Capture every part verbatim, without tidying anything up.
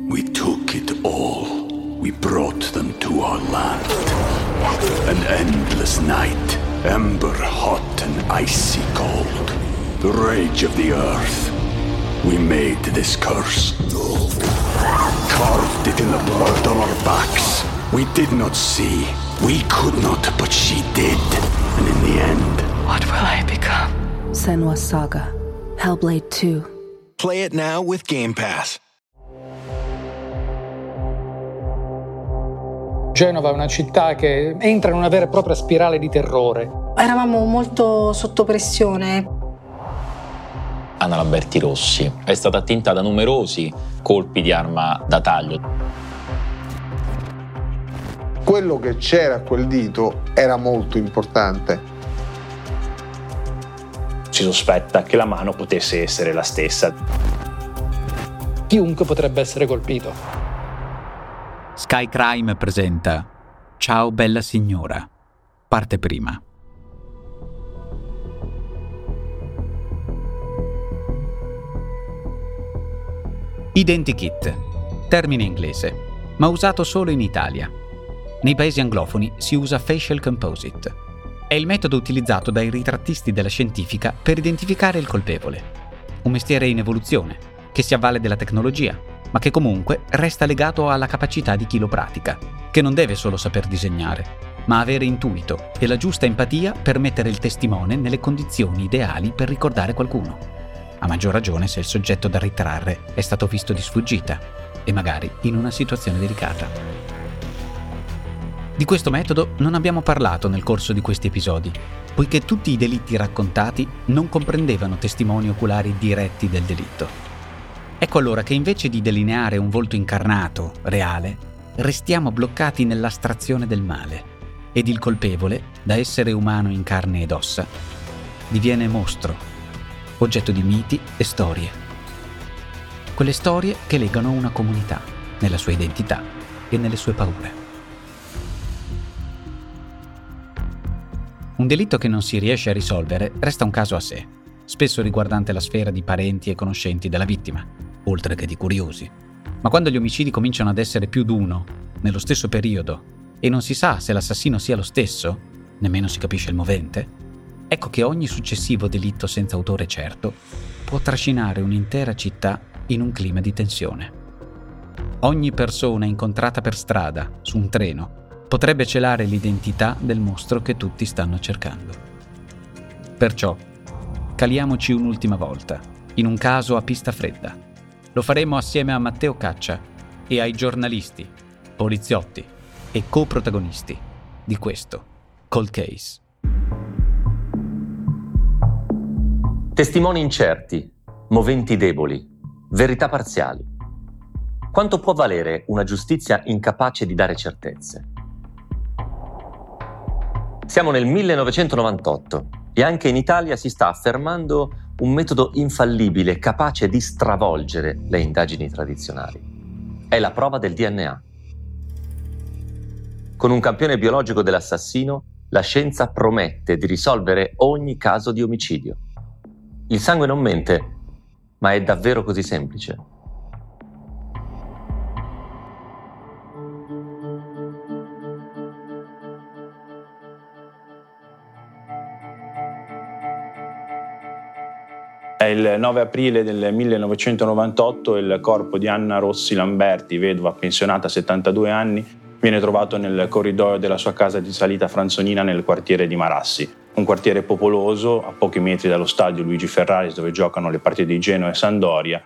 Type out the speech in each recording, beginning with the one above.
We took it all. We brought them to our land. An endless night, ember hot and icy cold. The rage of the earth. We made this curse. Carved it in the blood on our backs. We did not see. We could not, but she did. And in the end... What will I become? Senua's Saga. Hellblade two. Play it now with Game Pass. Genova è una città che entra in una vera e propria spirale di terrore. Eravamo molto sotto pressione. Anna Lamberti Rossi è stata attinta da numerosi colpi di arma da taglio. Quello che c'era a quel dito era molto importante. Si sospetta che la mano potesse essere la stessa. Chiunque potrebbe essere colpito. Sky Crime presenta Ciao bella signora, parte prima. Identikit, termine inglese, ma usato solo in Italia. Nei paesi anglofoni si usa facial composite. È il metodo utilizzato dai ritrattisti della scientifica per identificare il colpevole. Un mestiere in evoluzione, che si avvale della tecnologia, ma che comunque resta legato alla capacità di chi lo pratica, che non deve solo saper disegnare, ma avere intuito e la giusta empatia per mettere il testimone nelle condizioni ideali per ricordare qualcuno. A maggior ragione se il soggetto da ritrarre è stato visto di sfuggita e magari in una situazione delicata. Di questo metodo non abbiamo parlato nel corso di questi episodi, poiché tutti i delitti raccontati non comprendevano testimoni oculari diretti del delitto. Ecco allora che invece di delineare un volto incarnato, reale, restiamo bloccati nell'astrazione del male ed il colpevole, da essere umano in carne ed ossa, diviene mostro, oggetto di miti e storie. Quelle storie che legano una comunità nella sua identità e nelle sue paure. Un delitto che non si riesce a risolvere resta un caso a sé, spesso riguardante la sfera di parenti e conoscenti della vittima, oltre che di curiosi. Ma quando gli omicidi cominciano ad essere più d'uno, nello stesso periodo, e non si sa se l'assassino sia lo stesso, nemmeno si capisce il movente, ecco che ogni successivo delitto senza autore certo può trascinare un'intera città in un clima di tensione. Ogni persona incontrata per strada, su un treno, potrebbe celare l'identità del mostro che tutti stanno cercando. Perciò, caliamoci un'ultima volta, in un caso a pista fredda. Lo faremo assieme a Matteo Caccia e ai giornalisti, poliziotti e coprotagonisti di questo Cold Case. Testimoni incerti, moventi deboli, verità parziali. Quanto può valere una giustizia incapace di dare certezze? Siamo nel millenovecentonovantotto e anche in Italia si sta affermando un metodo infallibile capace di stravolgere le indagini tradizionali. È la prova del D N A. Con un campione biologico dell'assassino, la scienza promette di risolvere ogni caso di omicidio. Il sangue non mente, ma è davvero così semplice? È il nove aprile del millenovecentonovantotto il corpo di Anna Rossi Lamberti, vedova pensionata a settantadue anni, viene trovato nel corridoio della sua casa di Salita Franzonina nel quartiere di Marassi. Un quartiere popoloso, a pochi metri dallo stadio Luigi Ferraris dove giocano le partite di Genoa e Sampdoria.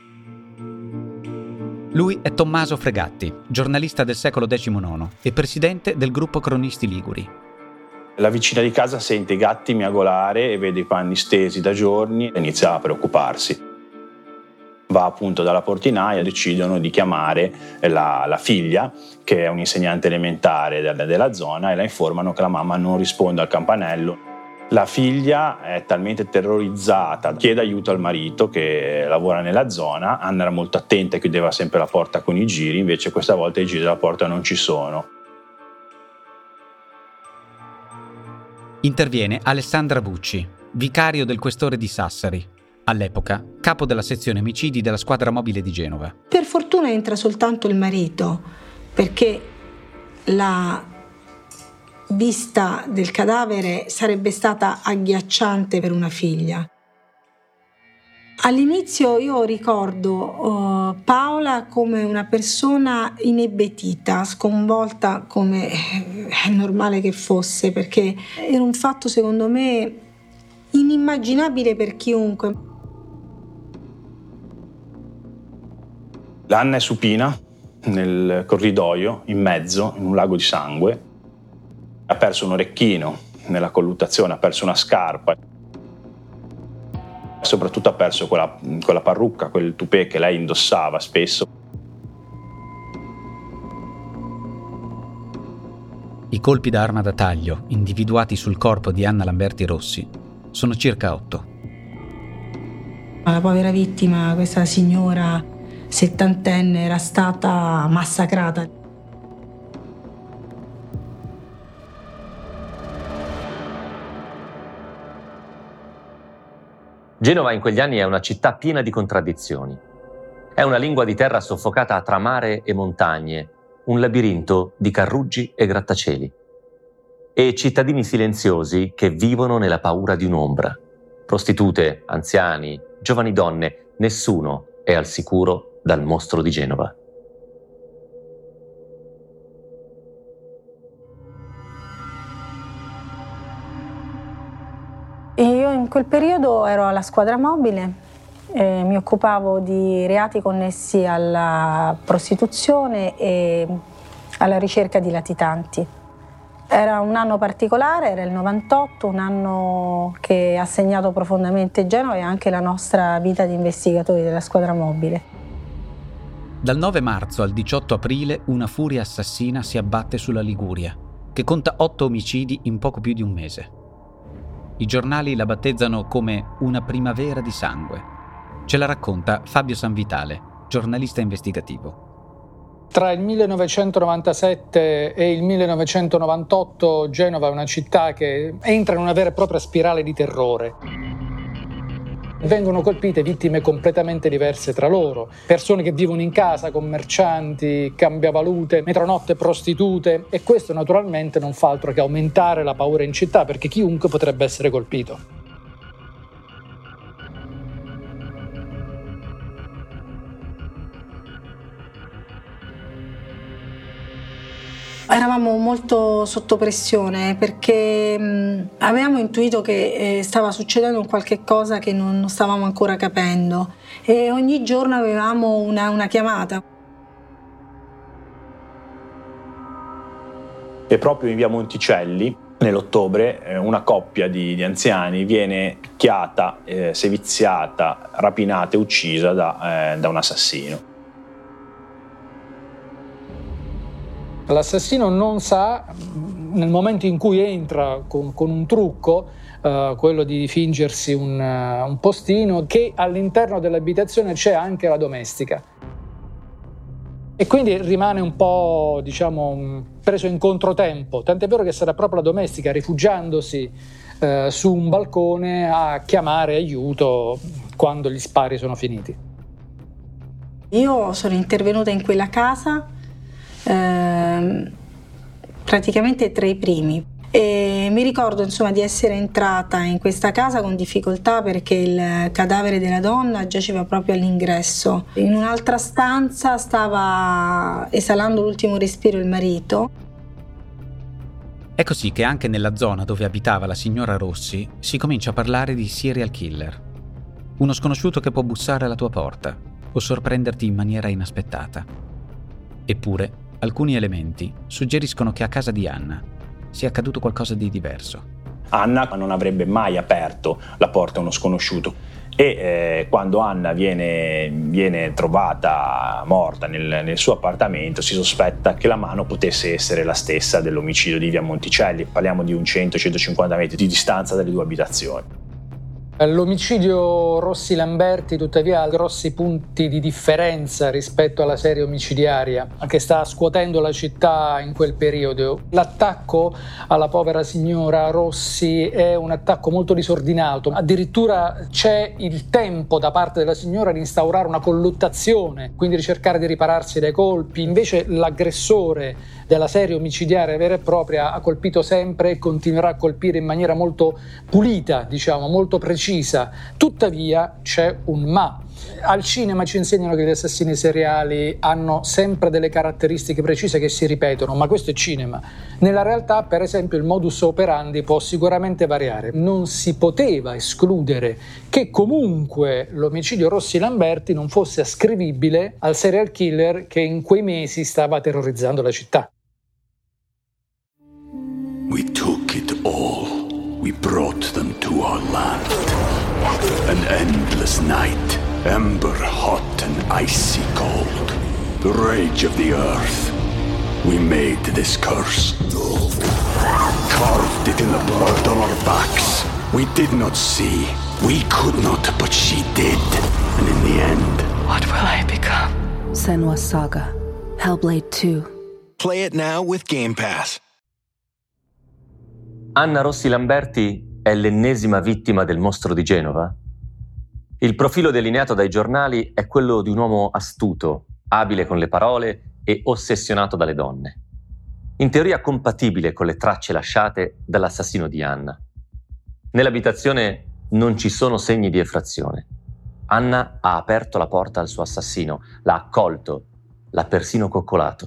Lui è Tommaso Fregatti, giornalista del secolo diciannove e presidente del gruppo Cronisti Liguri. La vicina di casa sente i gatti miagolare e vede i panni stesi da giorni e inizia a preoccuparsi. Va appunto dalla portinaia, decidono di chiamare la, la figlia, che è un'insegnante elementare della, della zona, e la informano che la mamma non risponde al campanello. La figlia è talmente terrorizzata, chiede aiuto al marito che lavora nella zona. Anna era molto attenta e chiudeva sempre la porta con i giri, invece questa volta i giri della porta non ci sono. Interviene Alessandra Bucci, vicario del questore di Sassari. all'epoca capo della sezione omicidi della squadra mobile di Genova. Per fortuna entra soltanto il marito, perché la vista del cadavere sarebbe stata agghiacciante per una figlia. All'inizio io ricordo uh, Paola come una persona inebetita, sconvolta come è normale che fosse, perché era un fatto secondo me inimmaginabile per chiunque. Anna è supina nel corridoio, in mezzo, in un lago di sangue. Ha perso un orecchino nella colluttazione, ha perso una scarpa. Soprattutto ha perso quella, quella parrucca, quel tupè che lei indossava spesso. I colpi da arma da taglio individuati sul corpo di Anna Lamberti Rossi sono circa otto. La povera vittima, questa signora settantenne, era stata massacrata. Genova in quegli anni è una città piena di contraddizioni. È una lingua di terra soffocata tra mare e montagne, un labirinto di carruggi e grattacieli. E cittadini silenziosi che vivono nella paura di un'ombra. Prostitute, anziani, giovani donne, nessuno è al sicuro dal mostro di Genova. Io in quel periodo ero alla squadra mobile, eh, mi occupavo di reati connessi alla prostituzione e alla ricerca di latitanti. Era un anno particolare, era il novantotto, un anno che ha segnato profondamente Genova e anche la nostra vita di investigatori della squadra mobile. Dal nove marzo al diciotto aprile una furia assassina si abbatte sulla Liguria, che conta otto omicidi in poco più di un mese. I giornali la battezzano come una primavera di sangue. Ce la racconta Fabio Sanvitale, giornalista investigativo. Tra il millenovecentonovantasette e il millenovecentonovantotto Genova è una città che entra in una vera e propria spirale di terrore. Vengono colpite vittime completamente diverse tra loro, persone che vivono in casa, commercianti, cambiavalute, metronotte, prostitute, e questo naturalmente non fa altro che aumentare la paura in città, perché chiunque potrebbe essere colpito. Eravamo molto sotto pressione perché mh, avevamo intuito che eh, stava succedendo un qualche cosa che non, non stavamo ancora capendo e ogni giorno avevamo una, una chiamata. E proprio in via Monticelli, nell'ottobre, eh, una coppia di, di anziani viene picchiata, eh, seviziata, rapinata e uccisa da, eh, da un assassino. L'assassino non sa, nel momento in cui entra con, con un trucco, uh, quello di fingersi un, uh, un postino, che all'interno dell'abitazione c'è anche la domestica. E quindi rimane un po', diciamo, preso in controtempo, tant'è vero che sarà proprio la domestica, rifugiandosi uh, su un balcone, a chiamare aiuto quando gli spari sono finiti. Io sono intervenuta in quella casa Eh, praticamente tra i primi e mi ricordo insomma di essere entrata in questa casa con difficoltà perché il cadavere della donna giaceva proprio all'ingresso. In un'altra stanza stava esalando l'ultimo respiro il marito. È così che anche nella zona dove abitava la signora Rossi si comincia a parlare di serial killer, uno sconosciuto che può bussare alla tua porta o sorprenderti in maniera inaspettata. Eppure alcuni elementi suggeriscono che a casa di Anna sia accaduto qualcosa di diverso. Anna non avrebbe mai aperto la porta a uno sconosciuto e eh, quando Anna viene, viene trovata morta nel, nel suo appartamento si sospetta che la mano potesse essere la stessa dell'omicidio di via Monticelli. Parliamo di un cento centocinquanta metri di distanza dalle due abitazioni. L'omicidio Rossi Lamberti tuttavia ha grossi punti di differenza rispetto alla serie omicidiaria che sta scuotendo la città in quel periodo. L'attacco alla povera signora Rossi è un attacco molto disordinato, addirittura c'è il tempo da parte della signora di instaurare una colluttazione, quindi di cercare di ripararsi dai colpi. Invece l'aggressore della serie omicidiaria vera e propria ha colpito sempre e continuerà a colpire in maniera molto pulita, diciamo, molto precisa. Tuttavia c'è un ma. Al cinema ci insegnano che gli assassini seriali hanno sempre delle caratteristiche precise che si ripetono, ma questo è cinema. Nella realtà, per esempio, il modus operandi può sicuramente variare. Non si poteva escludere che comunque l'omicidio Rossi Lamberti non fosse ascrivibile al serial killer che in quei mesi stava terrorizzando la città. We took it all. We brought them to our land. An endless night, ember hot and icy cold. The rage of the earth. We made this curse. Carved it in the blood on our backs. We did not see. We could not, but she did. And in the end, what will I become? Senua's Saga. Hellblade two. Play it now with Game Pass. Anna Rossi Lamberti è l'ennesima vittima del mostro di Genova? Il profilo delineato dai giornali è quello di un uomo astuto, abile con le parole e ossessionato dalle donne. In teoria compatibile con le tracce lasciate dall'assassino di Anna. Nell'abitazione non ci sono segni di effrazione. Anna ha aperto la porta al suo assassino, l'ha accolto, l'ha persino coccolato.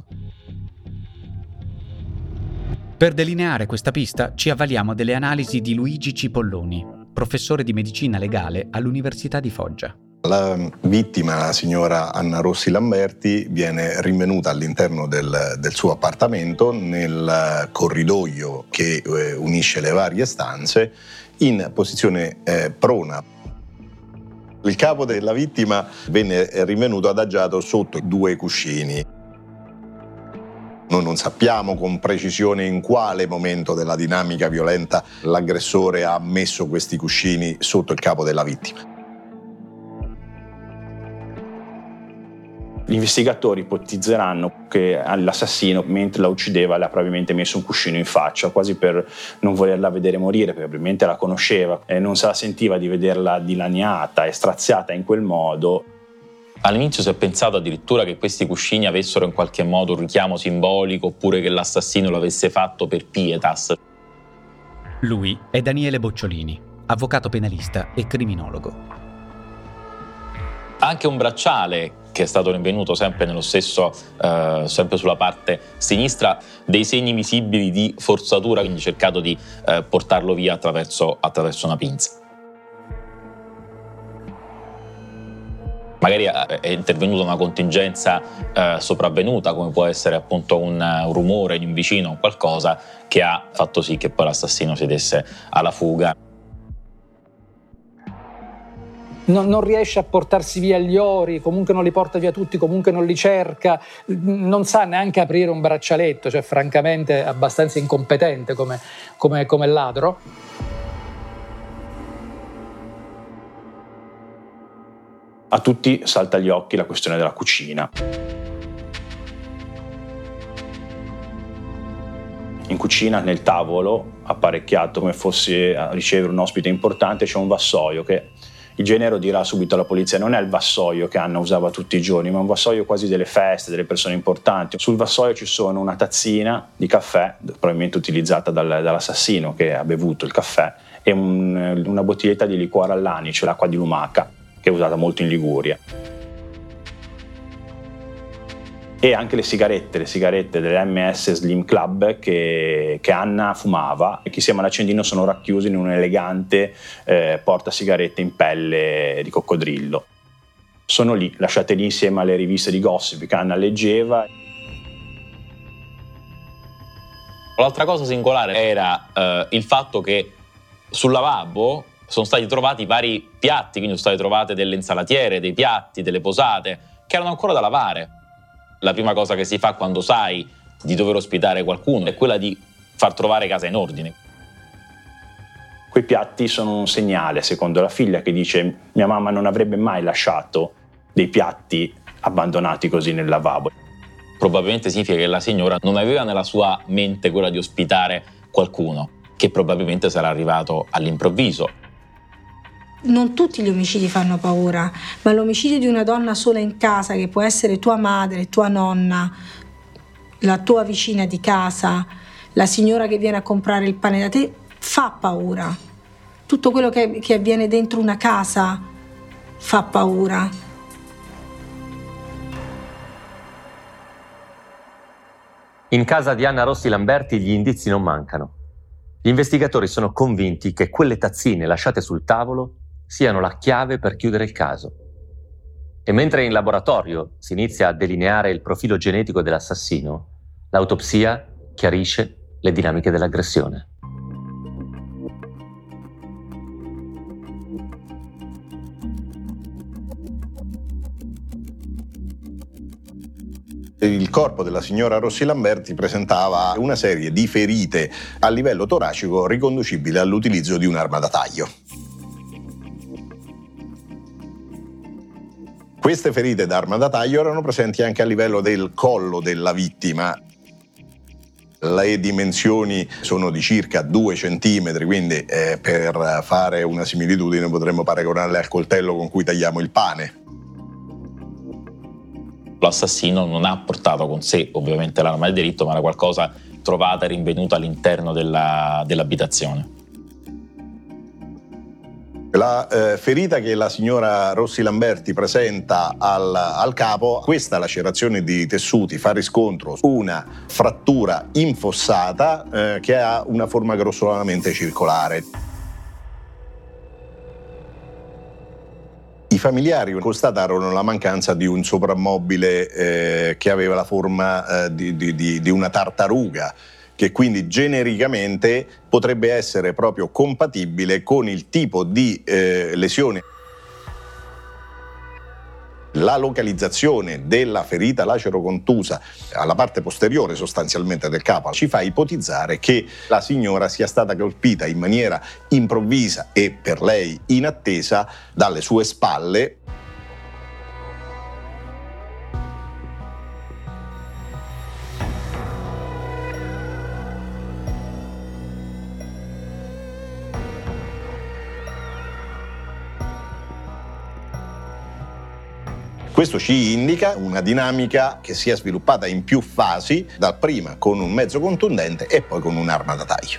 Per delineare questa pista ci avvaliamo delle analisi di Luigi Cipolloni, professore di medicina legale all'Università di Foggia. La vittima, la signora Anna Rossi Lamberti, viene rinvenuta all'interno del, del suo appartamento, nel corridoio che eh, unisce le varie stanze, in posizione eh, prona. Il capo della vittima venne rinvenuto adagiato sotto due cuscini. Noi non sappiamo con precisione in quale momento della dinamica violenta l'aggressore ha messo questi cuscini sotto il capo della vittima. Gli investigatori ipotizzeranno che l'assassino, mentre la uccideva, le ha probabilmente messo un cuscino in faccia, quasi per non volerla vedere morire, perché probabilmente la conosceva e non se la sentiva di vederla dilaniata e straziata in quel modo. All'inizio si è pensato addirittura che questi cuscini avessero in qualche modo un richiamo simbolico, oppure che l'assassino lo avesse fatto per pietas. Lui è Daniele Bocciolini, avvocato penalista e criminologo. Anche un bracciale che è stato rinvenuto sempre nello stesso, eh, sempre sulla parte sinistra, dei segni visibili di forzatura, quindi cercato di eh, portarlo via attraverso, attraverso una pinza. Magari è intervenuta una contingenza eh, sopravvenuta, come può essere appunto un, un rumore di un vicino o qualcosa, che ha fatto sì che poi l'assassino si desse alla fuga. Non, non riesce a portarsi via gli ori, comunque non li porta via tutti, comunque non li cerca, non sa neanche aprire un braccialetto, cioè francamente è abbastanza incompetente come, come, come ladro. A tutti salta agli occhi la questione della cucina. In cucina, nel tavolo, apparecchiato come fosse a ricevere un ospite importante, c'è un vassoio che il genero dirà subito alla polizia non è il vassoio che Anna usava tutti i giorni, ma un vassoio quasi delle feste, delle persone importanti. Sul vassoio ci sono una tazzina di caffè, probabilmente utilizzata dal, dall'assassino che ha bevuto il caffè, e un, una bottiglietta di liquore all'anice, l'acqua di lumaca, che è usata molto in Liguria. E anche le sigarette, le sigarette dell'M S Slim Club che, che Anna fumava e che insieme all'accendino sono racchiuse in un elegante eh, portasigarette in pelle di coccodrillo. Sono lì, lasciate lì insieme alle riviste di gossip che Anna leggeva. L'altra cosa singolare era eh, il fatto che sul lavabo sono stati trovati vari piatti, quindi sono state trovate delle insalatiere, dei piatti, delle posate, che erano ancora da lavare. La prima cosa che si fa quando sai di dover ospitare qualcuno è quella di far trovare casa in ordine. Quei piatti sono un segnale, secondo la figlia, che dice: mia mamma non avrebbe mai lasciato dei piatti abbandonati così nel lavabo. Probabilmente significa che la signora non aveva nella sua mente quella di ospitare qualcuno, che probabilmente sarà arrivato all'improvviso. Non tutti gli omicidi fanno paura, ma l'omicidio di una donna sola in casa, che può essere tua madre, tua nonna, la tua vicina di casa, la signora che viene a comprare il pane da te, fa paura. Tutto quello che, che avviene dentro una casa fa paura. In casa di Anna Rossi Lamberti gli indizi non mancano. Gli investigatori sono convinti che quelle tazzine lasciate sul tavolo siano la chiave per chiudere il caso. E mentre in laboratorio si inizia a delineare il profilo genetico dell'assassino, l'autopsia chiarisce le dinamiche dell'aggressione. Il corpo della signora Rossi Lamberti presentava una serie di ferite a livello toracico riconducibili all'utilizzo di un'arma da taglio. Queste ferite d'arma da taglio erano presenti anche a livello del collo della vittima. Le dimensioni sono di circa due centimetri, quindi eh, per fare una similitudine potremmo paragonarle al coltello con cui tagliamo il pane. L'assassino non ha portato con sé ovviamente l'arma del delitto, ma era qualcosa trovata e rinvenuta all'interno della, dell'abitazione. La eh, ferita che la signora Rossi Lamberti presenta al, al capo, questa lacerazione di tessuti fa riscontro su una frattura infossata eh, che ha una forma grossolanamente circolare. I familiari constatarono la mancanza di un soprammobile eh, che aveva la forma eh, di, di, di una tartaruga, che quindi genericamente potrebbe essere proprio compatibile con il tipo di eh, lesione. La localizzazione della ferita lacero-contusa alla parte posteriore sostanzialmente del capo ci fa ipotizzare che la signora sia stata colpita in maniera improvvisa e per lei inattesa dalle sue spalle. Questo ci indica una dinamica che si è sviluppata in più fasi, dapprima con un mezzo contundente e poi con un'arma da taglio.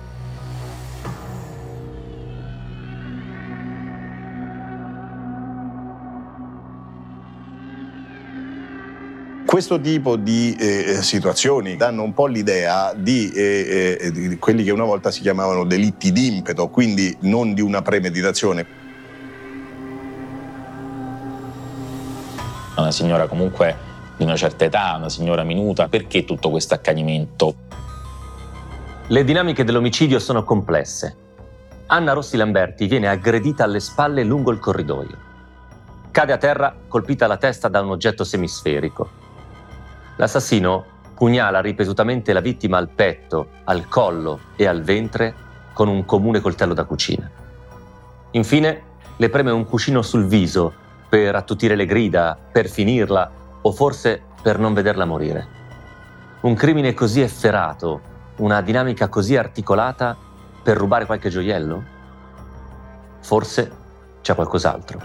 Questo tipo di eh, situazioni danno un po' l'idea di, eh, eh, di quelli che una volta si chiamavano delitti d'impeto, quindi non di una premeditazione. Una signora comunque di una certa età, una signora minuta, perché tutto questo accanimento? Le dinamiche dell'omicidio sono complesse. Anna Rossi Lamberti viene aggredita alle spalle lungo il corridoio. Cade a terra colpita alla testa da un oggetto semisferico. L'assassino pugnala ripetutamente la vittima al petto, al collo e al ventre con un comune coltello da cucina. Infine le preme un cuscino sul viso per attutire le grida, per finirla o forse per non vederla morire. Un crimine così efferato, una dinamica così articolata per rubare qualche gioiello? Forse c'è qualcos'altro.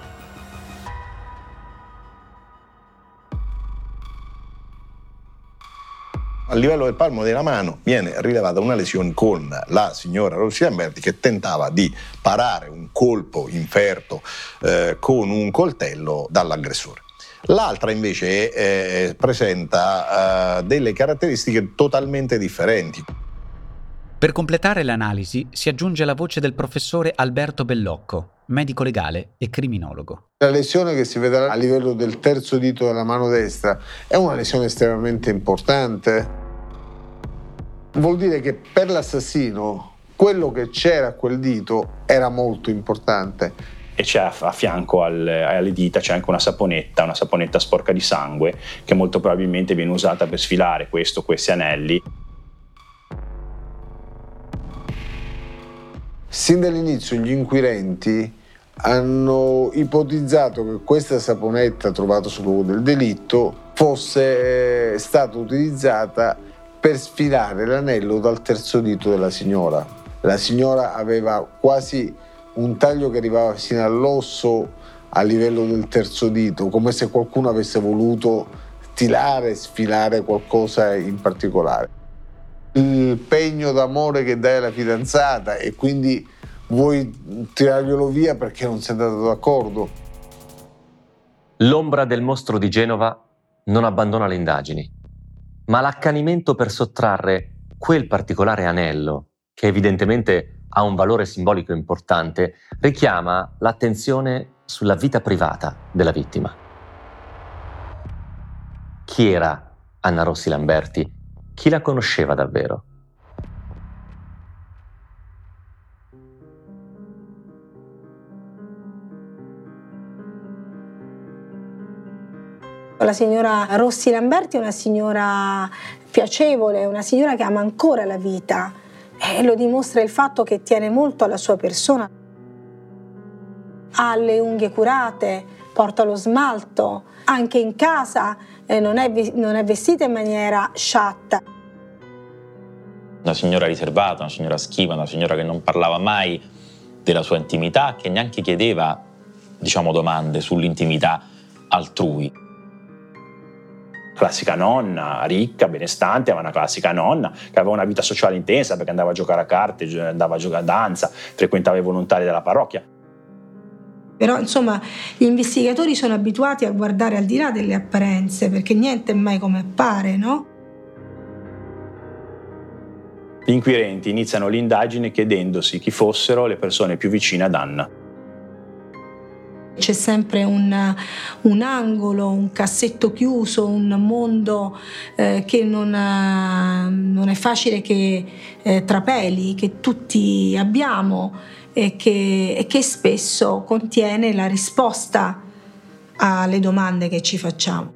A livello del palmo della mano viene rilevata una lesione con la signora Rossi Lamberti che tentava di parare un colpo inferto eh, con un coltello dall'aggressore. L'altra invece eh, presenta eh, delle caratteristiche totalmente differenti. Per completare l'analisi si aggiunge la voce del professore Alberto Bellocco, medico legale e criminologo. La lesione che si vedrà a livello del terzo dito della mano destra è una lesione estremamente importante. Vuol dire che per l'assassino quello che c'era a quel dito era molto importante. E c'è a, a fianco al, alle dita c'è anche una saponetta, una saponetta sporca di sangue, che molto probabilmente viene usata per sfilare questo, questi anelli. Sin dall'inizio gli inquirenti hanno ipotizzato che questa saponetta trovata sul luogo del delitto fosse stata utilizzata per sfilare l'anello dal terzo dito della signora. La signora aveva quasi un taglio che arrivava fino all'osso a livello del terzo dito, come se qualcuno avesse voluto stilare, sfilare qualcosa in particolare. Il pegno d'amore che dai alla fidanzata e quindi vuoi tirarglielo via perché non sei andato d'accordo. L'ombra del mostro di Genova non abbandona le indagini, ma l'accanimento per sottrarre quel particolare anello, che evidentemente ha un valore simbolico importante, richiama l'attenzione sulla vita privata della vittima. Chi era Anna Rossi Lamberti? Chi la conosceva davvero? La signora Rossi Lamberti è una signora piacevole, una signora che ama ancora la vita e lo dimostra il fatto che tiene molto alla sua persona. Ha le unghie curate, porta lo smalto, anche in casa eh, non, è, non è vestita in maniera sciatta. Una signora riservata, una signora schiva, una signora che non parlava mai della sua intimità, che neanche chiedeva, diciamo, domande sull'intimità altrui. Classica nonna, ricca, benestante, ma una classica nonna che aveva una vita sociale intensa perché andava a giocare a carte, andava a giocare a danza, frequentava i volontari della parrocchia. Però insomma gli investigatori sono abituati a guardare al di là delle apparenze perché niente è mai come appare, no? Gli inquirenti iniziano l'indagine chiedendosi chi fossero le persone più vicine ad Anna. C'è sempre un, un angolo, un cassetto chiuso, un mondo eh, che non, eh, non è facile che eh, trapeli, che tutti abbiamo e che, e che spesso contiene la risposta alle domande che ci facciamo.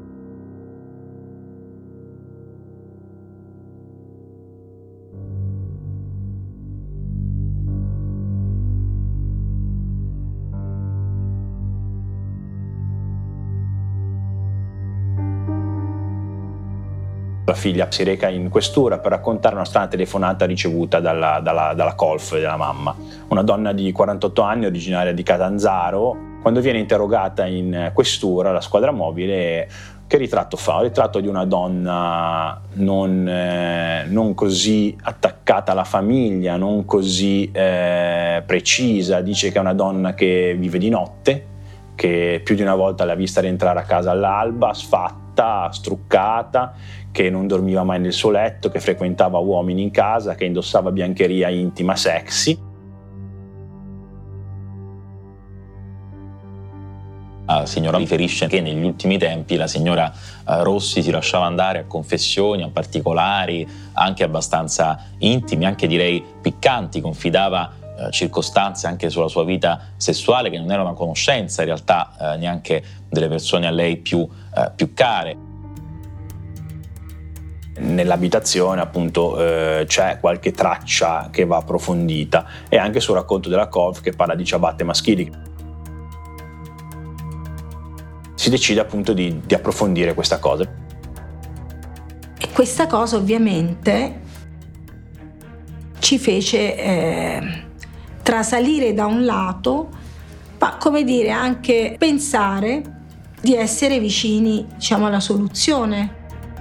La figlia si reca in questura per raccontare una strana telefonata ricevuta dalla, dalla, dalla colf della mamma, una donna di quarantotto anni originaria di Catanzaro. Quando viene interrogata in questura la squadra mobile, che ritratto fa? Un ritratto di una donna non, eh, non così attaccata alla famiglia, non così eh, precisa. Dice che è una donna che vive di notte, che più di una volta l'ha vista rientrare a casa all'alba, sfatta, struccata, che non dormiva mai nel suo letto, che frequentava uomini in casa, che indossava biancheria intima sexy. La signora riferisce che negli ultimi tempi la signora Rossi si lasciava andare a confessioni, a particolari, anche abbastanza intimi, anche direi piccanti, confidava eh, circostanze anche sulla sua vita sessuale che non era una conoscenza in realtà eh, neanche delle persone a lei più, eh, più care. Nell'abitazione appunto eh, c'è qualche traccia che va approfondita e anche sul racconto della colf che parla di ciabatte maschili. Si decide appunto di, di approfondire questa cosa. E questa cosa ovviamente ci fece eh, trasalire da un lato, ma come dire anche pensare di essere vicini, diciamo, alla soluzione.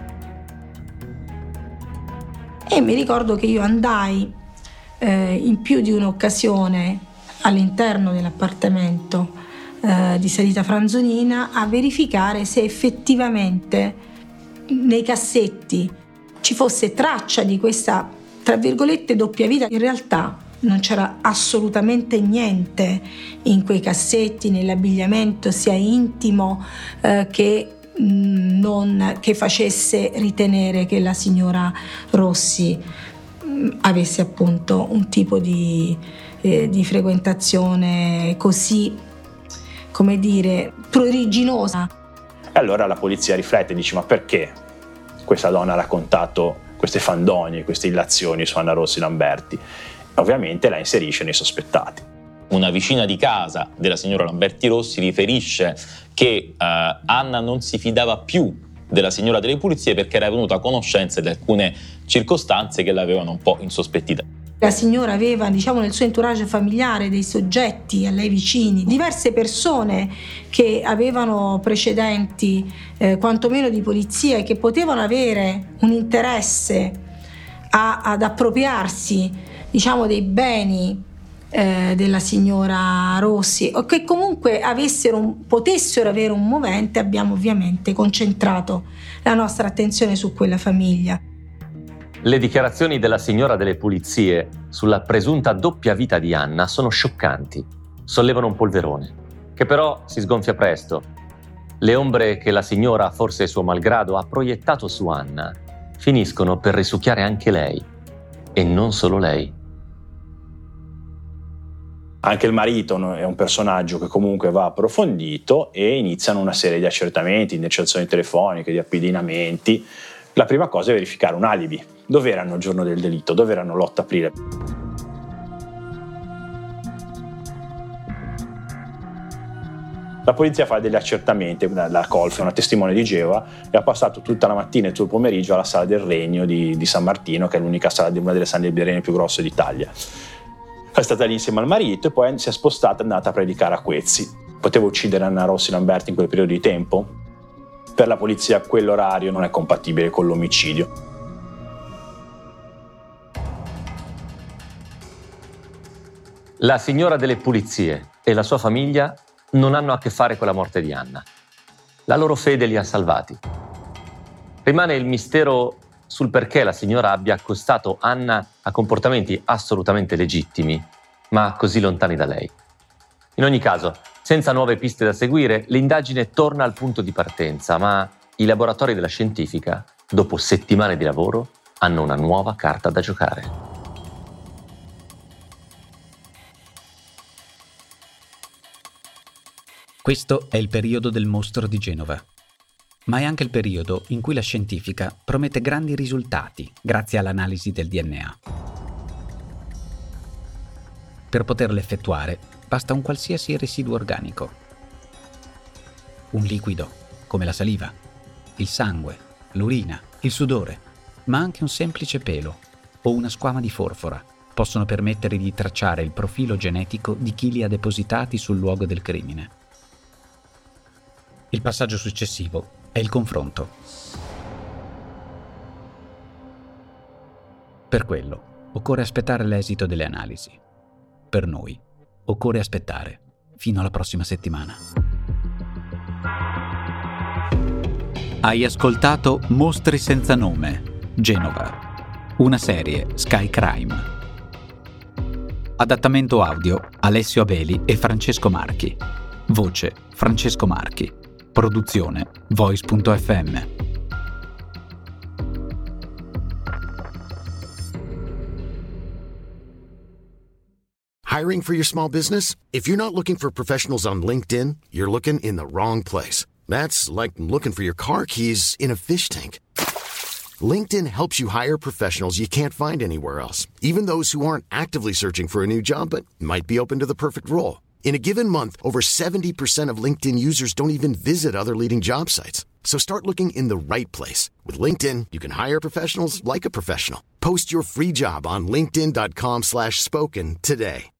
E mi ricordo che io andai eh, in più di un'occasione all'interno dell'appartamento eh, di Salita Franzonina a verificare se effettivamente nei cassetti ci fosse traccia di questa, tra virgolette, doppia vita. In realtà non c'era assolutamente niente in quei cassetti, nell'abbigliamento sia intimo eh, che non che facesse ritenere che la signora Rossi avesse appunto un tipo di, eh, di frequentazione così, come dire, pruriginosa. E allora la polizia riflette e dice: ma perché questa donna ha raccontato queste fandonie, queste illazioni su Anna Rossi Lamberti? Ovviamente la inserisce nei sospettati. Una vicina di casa della signora Lamberti Rossi riferisce che eh, Anna non si fidava più della signora delle pulizie perché era venuta a conoscenza di alcune circostanze che l'avevano un po' insospettita. La signora aveva, diciamo, nel suo entourage familiare dei soggetti a lei vicini, diverse persone che avevano precedenti eh, quantomeno di polizia e che potevano avere un interesse a, ad appropriarsi, diciamo, dei beni eh, della signora Rossi, o che comunque avessero un, potessero avere un movente. Abbiamo ovviamente concentrato la nostra attenzione su quella famiglia. Le dichiarazioni della signora delle pulizie sulla presunta doppia vita di Anna sono scioccanti, sollevano un polverone, che però si sgonfia presto. Le ombre che la signora, forse suo malgrado, ha proiettato su Anna finiscono per risucchiare anche lei, e non solo lei. Anche il marito è un personaggio che comunque va approfondito e iniziano una serie di accertamenti, di intercettazioni telefoniche, di appidinamenti. La prima cosa è verificare un alibi. Dove erano il giorno del delitto? Dove erano l'otto aprile? La polizia fa degli accertamenti, la Colf, una testimone di Geova, e ha passato tutta la mattina e tutto il pomeriggio alla Sala del Regno di, di San Martino, che è l'unica sala, una delle sale del Regno più grosse d'Italia. È stata lì insieme al marito e poi si è spostata e è andata a predicare a Quezzi. Poteva uccidere Anna Rossi Lamberti in quel periodo di tempo? Per la polizia quell'orario non è compatibile con l'omicidio. La signora delle pulizie e la sua famiglia non hanno a che fare con la morte di Anna. La loro fede li ha salvati. Rimane il mistero sul perché la signora abbia accostato Anna a comportamenti assolutamente legittimi, ma così lontani da lei. In ogni caso, senza nuove piste da seguire, l'indagine torna al punto di partenza, ma i laboratori della scientifica, dopo settimane di lavoro, hanno una nuova carta da giocare. Questo è il periodo del mostro di Genova, ma è anche il periodo in cui la scientifica promette grandi risultati grazie all'analisi del D N A. Per poterle effettuare basta un qualsiasi residuo organico. Un liquido, come la saliva, il sangue, l'urina, il sudore, ma anche un semplice pelo o una squama di forfora possono permettere di tracciare il profilo genetico di chi li ha depositati sul luogo del crimine. Il passaggio successivo è il confronto. Per quello occorre aspettare l'esito delle analisi. Per noi occorre aspettare fino alla prossima settimana. Hai ascoltato Mostri senza nome, Genova, una serie Sky Crime. Adattamento audio Alessio Abeli e Francesco Marchi. Voce Francesco Marchi. Produzione Voice punto effe emme. Hiring for your small business? If you're not looking for professionals on LinkedIn, you're looking in the wrong place. That's like looking for your car keys in a fish tank. LinkedIn helps you hire professionals you can't find anywhere else, even those who aren't actively searching for a new job but might be open to the perfect role. In a given month, over seventy percent of LinkedIn users don't even visit other leading job sites. So start looking in the right place. With LinkedIn, you can hire professionals like a professional. Post your free job on linkedin dot com slash spoken today.